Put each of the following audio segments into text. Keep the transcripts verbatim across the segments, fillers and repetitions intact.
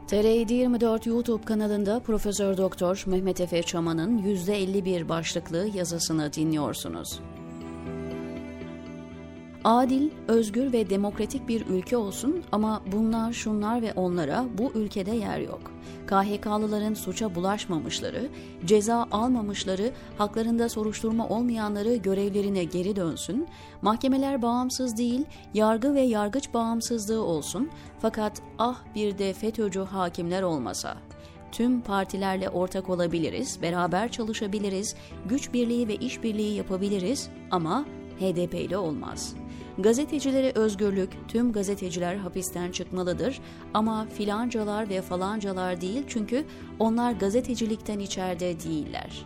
T R yedi yirmi dört YouTube kanalında Profesör Doktor Mehmet Efe Çaman'ın yüzde elli bir başlıklı yazısını dinliyorsunuz. Adil, özgür ve demokratik bir ülke olsun ama bunlar, şunlar ve onlara bu ülkede yer yok. K H K'lıların suça bulaşmamışları, ceza almamışları, haklarında soruşturma olmayanları görevlerine geri dönsün, mahkemeler bağımsız değil, yargı ve yargıç bağımsızlığı olsun, fakat ah bir de FETÖ'cü hakimler olmasa. Tüm partilerle ortak olabiliriz, beraber çalışabiliriz, güç birliği ve işbirliği yapabiliriz ama H D P ile olmaz. Gazetecilere özgürlük, tüm gazeteciler hapisten çıkmalıdır ama filancalar ve falancalar değil çünkü onlar gazetecilikten içeride değiller.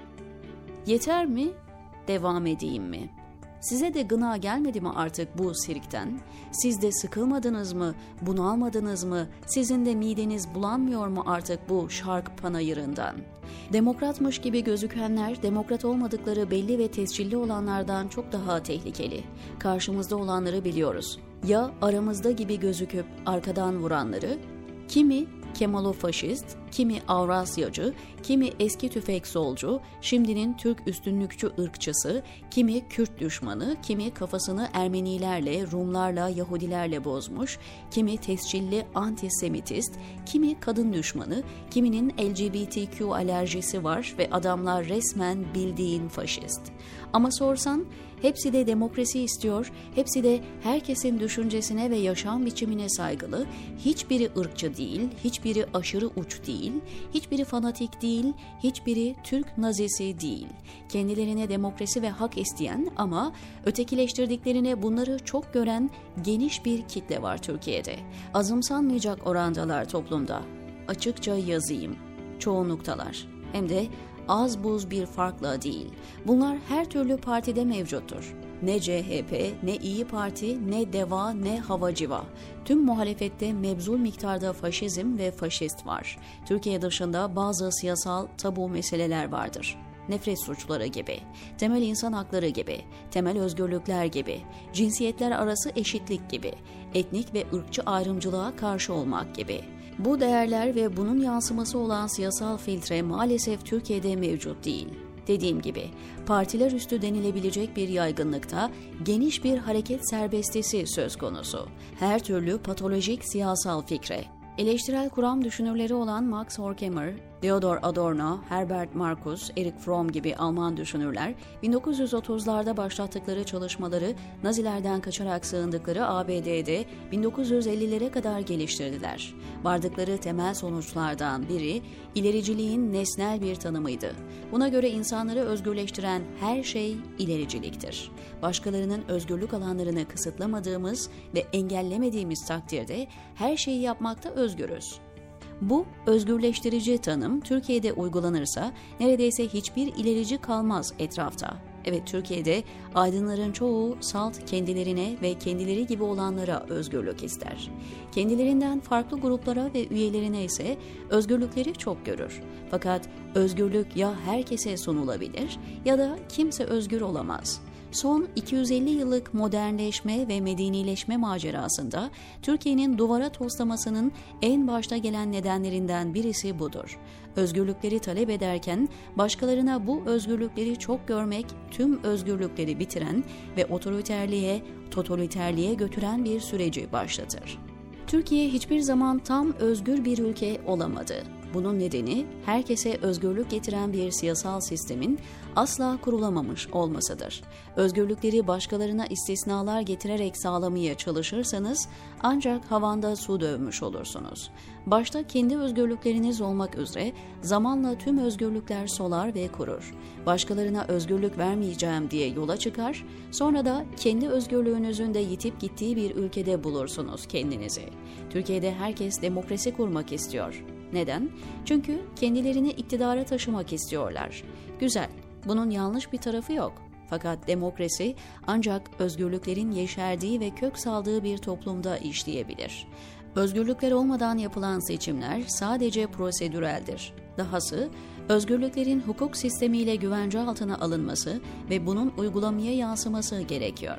Yeter mi? Devam edeyim mi? Size de gına gelmedi mi artık bu sirkten? Siz de sıkılmadınız mı, bunalmadınız mı, sizin de mideniz bulanmıyor mu artık bu şark panayırından? Demokratmış gibi gözükenler, demokrat olmadıkları belli ve tescilli olanlardan çok daha tehlikeli. Karşımızda olanları biliyoruz. Ya aramızda gibi gözüküp arkadan vuranları, kimi Kemalofaşist, kimi Avrasyacı, kimi eski tüfek solcu, şimdinin Türk üstünlükçü ırkçısı, kimi Kürt düşmanı, kimi kafasını Ermenilerle, Rumlarla, Yahudilerle bozmuş, kimi tescilli antisemitist, kimi kadın düşmanı, kiminin L G B T Q alerjisi var ve adamlar resmen bildiğin faşist. Ama sorsan, hepsi de demokrasi istiyor, hepsi de herkesin düşüncesine ve yaşam biçimine saygılı, hiçbiri ırkçı değil, hiçbiri aşırı uç değil, hiçbiri fanatik değil, hiçbiri Türk nazisi değil. Kendilerine demokrasi ve hak isteyen ama ötekileştirdiklerine bunları çok gören geniş bir kitle var Türkiye'de. Azımsanmayacak orandalar toplumda. Açıkça yazayım. Çoğunluktalar. Hem de az buz bir farkla değil. Bunlar her türlü partide mevcuttur. Ne C H P, ne İyi Parti, ne DEVA, ne Havacıva. Tüm muhalefette mebzul miktarda faşizm ve faşist var. Türkiye dışında bazı siyasal tabu meseleler vardır. Nefret suçları gibi, temel insan hakları gibi, temel özgürlükler gibi, cinsiyetler arası eşitlik gibi, etnik ve ırkçı ayrımcılığa karşı olmak gibi. Bu değerler ve bunun yansıması olan siyasal filtre maalesef Türkiye'de mevcut değil. Dediğim gibi, partiler üstü denilebilecek bir yaygınlıkta geniş bir hareket serbestisi söz konusu. Her türlü patolojik siyasal fikre. Eleştirel kuram düşünürleri olan Max Horkheimer, Theodor Adorno, Herbert Marcuse, Erich Fromm gibi Alman düşünürler, bin dokuz yüz otuzlarda başlattıkları çalışmaları Nazilerden kaçarak sığındıkları A B D'de bin dokuz yüz ellilere kadar geliştirdiler. Vardıkları temel sonuçlardan biri, ilericiliğin nesnel bir tanımıydı. Buna göre insanları özgürleştiren her şey ilericiliktir. Başkalarının özgürlük alanlarını kısıtlamadığımız ve engellemediğimiz takdirde her şeyi yapmakta özgürüz. Bu özgürleştirici tanım Türkiye'de uygulanırsa neredeyse hiçbir ilerici kalmaz etrafta. Evet, Türkiye'de aydınların çoğu salt kendilerine ve kendileri gibi olanlara özgürlük ister. Kendilerinden farklı gruplara ve üyelerine ise özgürlükleri çok görür. Fakat özgürlük ya herkese sunulabilir ya da kimse özgür olamaz. Son iki yüz elli yıllık modernleşme ve medenileşme macerasında Türkiye'nin duvara toslamasının en başta gelen nedenlerinden birisi budur. Özgürlükleri talep ederken başkalarına bu özgürlükleri çok görmek tüm özgürlükleri bitiren ve otoriterliğe, totaliterliğe götüren bir süreci başlatır. Türkiye hiçbir zaman tam özgür bir ülke olamadı. Bunun nedeni herkese özgürlük getiren bir siyasal sistemin asla kurulamamış olmasıdır. Özgürlükleri başkalarına istisnalar getirerek sağlamaya çalışırsanız ancak havanda su dövmüş olursunuz. Başta kendi özgürlükleriniz olmak üzere zamanla tüm özgürlükler solar ve kurur. Başkalarına özgürlük vermeyeceğim diye yola çıkar, sonra da kendi özgürlüğünüzün de yitip gittiği bir ülkede bulursunuz kendinizi. Türkiye'de herkes demokrasi kurmak istiyor. Neden? Çünkü kendilerini iktidara taşımak istiyorlar. Güzel, bunun yanlış bir tarafı yok. Fakat demokrasi ancak özgürlüklerin yeşerdiği ve kök saldığı bir toplumda işleyebilir. Özgürlükler olmadan yapılan seçimler sadece prosedüreldir. Dahası, özgürlüklerin hukuk sistemiyle güvence altına alınması ve bunun uygulamaya yansıması gerekiyor.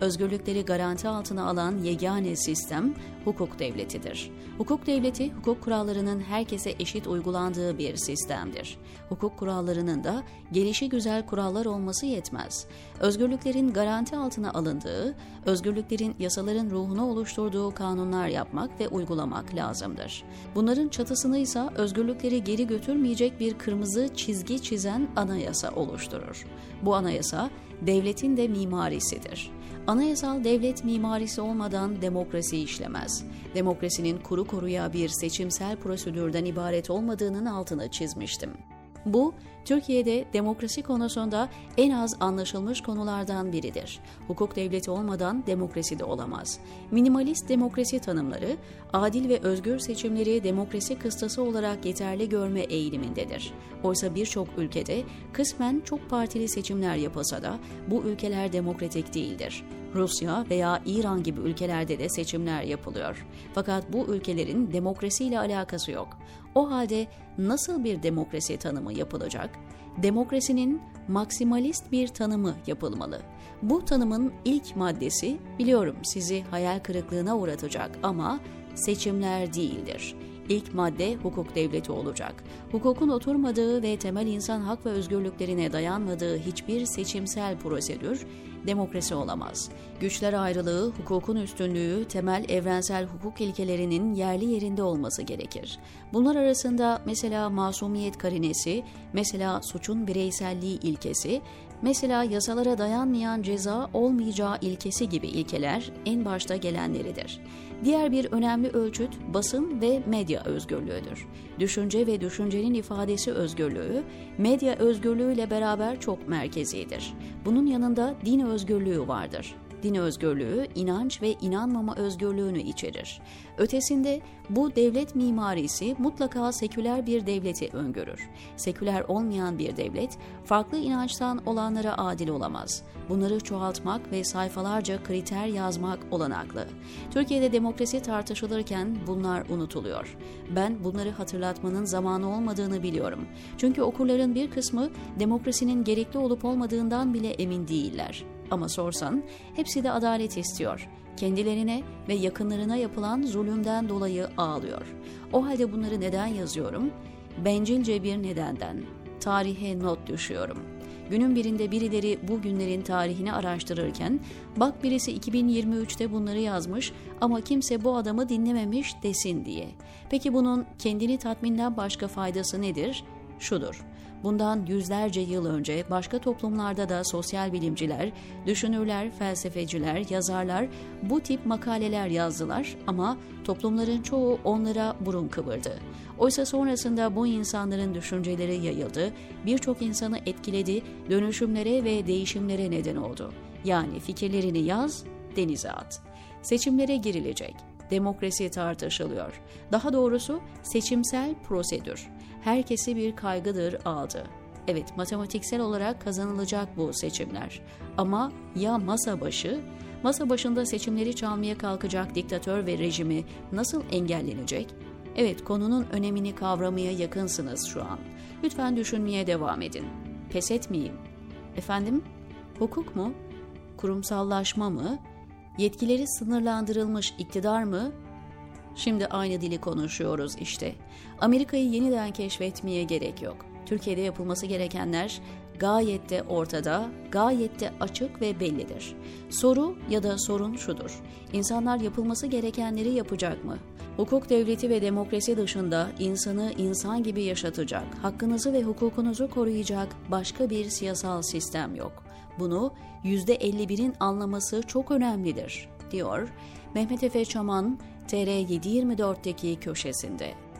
özgürlükleri garanti altına alan yegane sistem hukuk devletidir. Hukuk devleti, hukuk kurallarının herkese eşit uygulandığı bir sistemdir. Hukuk kurallarının da gelişigüzel kurallar olması yetmez. Özgürlüklerin garanti altına alındığı, özgürlüklerin yasaların ruhunu oluşturduğu kanunlar yapmak ve uygulamak lazımdır. Bunların çatısını ise özgürlükleri geri götürmeyecek bir kırmızı çizgi çizen anayasa oluşturur. Bu anayasa, devletin de mimarisidir. Anayasal devlet mimarisi olmadan demokrasi işlemez. Demokrasinin kuru kuruya bir seçimsel prosedürden ibaret olmadığının altını çizmiştim. Bu, Türkiye'de demokrasi konusunda en az anlaşılmış konulardan biridir. Hukuk devleti olmadan demokrasi de olamaz. Minimalist demokrasi tanımları, adil ve özgür seçimleri demokrasi kıstası olarak yeterli görme eğilimindedir. Oysa birçok ülkede kısmen çok partili seçimler yapılsa da bu ülkeler demokratik değildir. Rusya veya İran gibi ülkelerde de seçimler yapılıyor. Fakat bu ülkelerin demokrasiyle alakası yok. O halde nasıl bir demokrasi tanımı yapılacak? Demokrasinin maksimalist bir tanımı yapılmalı. Bu tanımın ilk maddesi, biliyorum sizi hayal kırıklığına uğratacak ama seçimler değildir. İlk madde hukuk devleti olacak. Hukukun oturmadığı ve temel insan hak ve özgürlüklerine dayanmadığı hiçbir seçimsel prosedür demokrasi olamaz. Güçler ayrılığı, hukukun üstünlüğü, temel evrensel hukuk ilkelerinin yerli yerinde olması gerekir. Bunlar arasında mesela masumiyet karinesi, mesela suçun bireyselliği ilkesi, mesela yasalara dayanmayan ceza olmayacağı ilkesi gibi ilkeler en başta gelenleridir. Diğer bir önemli ölçüt basın ve medya özgürlüğüdür. Düşünce ve düşüncenin ifadesi özgürlüğü, medya özgürlüğüyle beraber çok merkezidir. Bunun yanında din özgürlüğü vardır. Din özgürlüğü, inanç ve inanmama özgürlüğünü içerir. Ötesinde bu devlet mimarisi mutlaka seküler bir devleti öngörür. Seküler olmayan bir devlet, farklı inançtan olanlara adil olamaz. Bunları çoğaltmak ve sayfalarca kriter yazmak olanaklı. Türkiye'de demokrasi tartışılırken bunlar unutuluyor. Ben bunları hatırlatmanın zamanı olmadığını biliyorum. Çünkü okurların bir kısmı demokrasinin gerekli olup olmadığından bile emin değiller. Ama sorsan, hepsi de adalet istiyor. Kendilerine ve yakınlarına yapılan zulümden dolayı ağlıyor. O halde bunları neden yazıyorum? Bencilce bir nedenden. Tarihe not düşüyorum. Günün birinde birileri bu günlerin tarihini araştırırken, bak birisi iki bin yirmi üçte bunları yazmış ama kimse bu adamı dinlememiş desin diye. Peki bunun kendini tatminden başka faydası nedir? Şudur. Bundan yüzlerce yıl önce başka toplumlarda da sosyal bilimciler, düşünürler, felsefeciler, yazarlar bu tip makaleler yazdılar ama toplumların çoğu onlara burun kıvırdı. Oysa sonrasında bu insanların düşünceleri yayıldı, birçok insanı etkiledi, dönüşümlere ve değişimlere neden oldu. Yani fikirlerini yaz, denize at. Seçimlere girilecek. Demokrasi tartışılıyor. Daha doğrusu seçimsel prosedür. Herkesi bir kaygıdır aldı. Evet, matematiksel olarak kazanılacak bu seçimler. Ama ya masa başı? Masa başında seçimleri çalmaya kalkacak diktatör ve rejimi nasıl engellenecek? Evet, konunun önemini kavramaya yakınsınız şu an. Lütfen düşünmeye devam edin. Pes etmeyin. Efendim? Hukuk mu? Kurumsallaşma mı? Yetkileri sınırlandırılmış iktidar mı? Şimdi aynı dili konuşuyoruz işte. Amerika'yı yeniden keşfetmeye gerek yok. Türkiye'de yapılması gerekenler gayet de ortada, gayet de açık ve bellidir. Soru ya da sorun şudur. İnsanlar yapılması gerekenleri yapacak mı? Hukuk devleti ve demokrasi dışında insanı insan gibi yaşatacak, hakkınızı ve hukukunuzu koruyacak başka bir siyasal sistem yok. Bunu yüzde elli birin anlaması çok önemlidir, diyor Mehmet Efe Çaman, T R yedi yirmi dörtteki köşesinde.